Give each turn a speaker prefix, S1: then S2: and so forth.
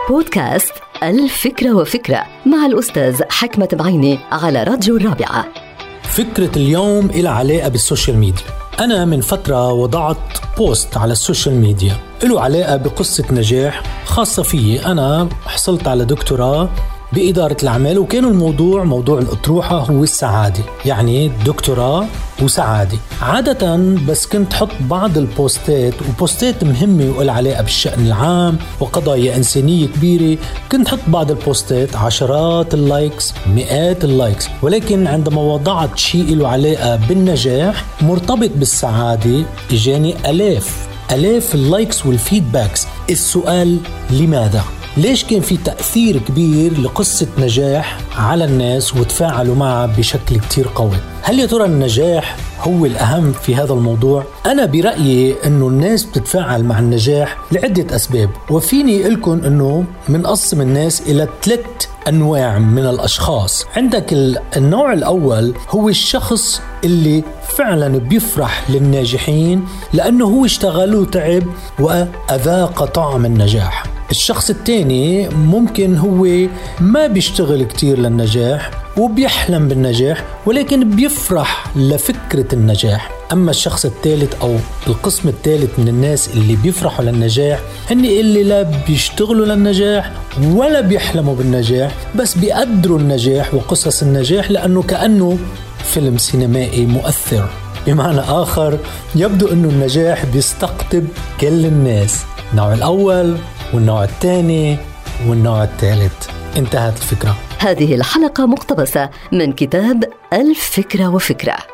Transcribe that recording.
S1: بودكاست الفكرة وفكرة مع الأستاذ حكمة بعيني على راديو الرابعة.
S2: فكرة اليوم إلى علاقة بالسوشيال ميديا. أنا من فترة وضعت بوست على السوشيال ميديا له علاقة بقصة نجاح خاصة فيي. أنا حصلت على دكتوراه بإدارة الأعمال، وكان الموضوع موضوع الأطروحة هو السعادة، يعني دكتوراه وسعادة. عادة بس كنت حط بعض البوستات وبوستات مهمة وإلها علاقة بالشأن العام وقضايا إنسانية كبيرة، كنت حط بعض البوستات عشرات اللايكس، مئات اللايكس. ولكن عندما وضعت شيء له علاقة بالنجاح مرتبط بالسعادة إجاني آلاف اللايكس والفيدباكس. السؤال لماذا؟ ليش كان في تأثير كبير لقصة نجاح على الناس وتفاعلوا معها بشكل كتير قوي؟ هل يا ترى النجاح هو الأهم في هذا الموضوع؟ أنا برأيي أنه الناس بتتفاعل مع النجاح لعدة أسباب، وفيني لكم أنه منقسم الناس إلى 3 أنواع من الأشخاص. عندك النوع الأول هو الشخص اللي فعلا بيفرح للناجحين لأنه هو اشتغل وتعب وأذاق طعم النجاح. الشخص الثاني ممكن هو ما بيشتغل كتير للنجاح وبيحلم بالنجاح ولكن بيفرح لفكرة النجاح. أما الشخص الثالث أو القسم الثالث من الناس اللي بيفرحوا للنجاح هن اللي لا بيشتغلوا للنجاح ولا بيحلموا بالنجاح، بس بيقدروا النجاح وقصص النجاح لأنه كأنه فيلم سينمائي مؤثر. بمعنى آخر يبدو أنه النجاح بيستقطب كل الناس، النوع الأول والنوع الثاني والنوع الثالث. انتهت الفكرة.
S1: هذه الحلقة مقتبسة من كتاب الفكرة وفكرة.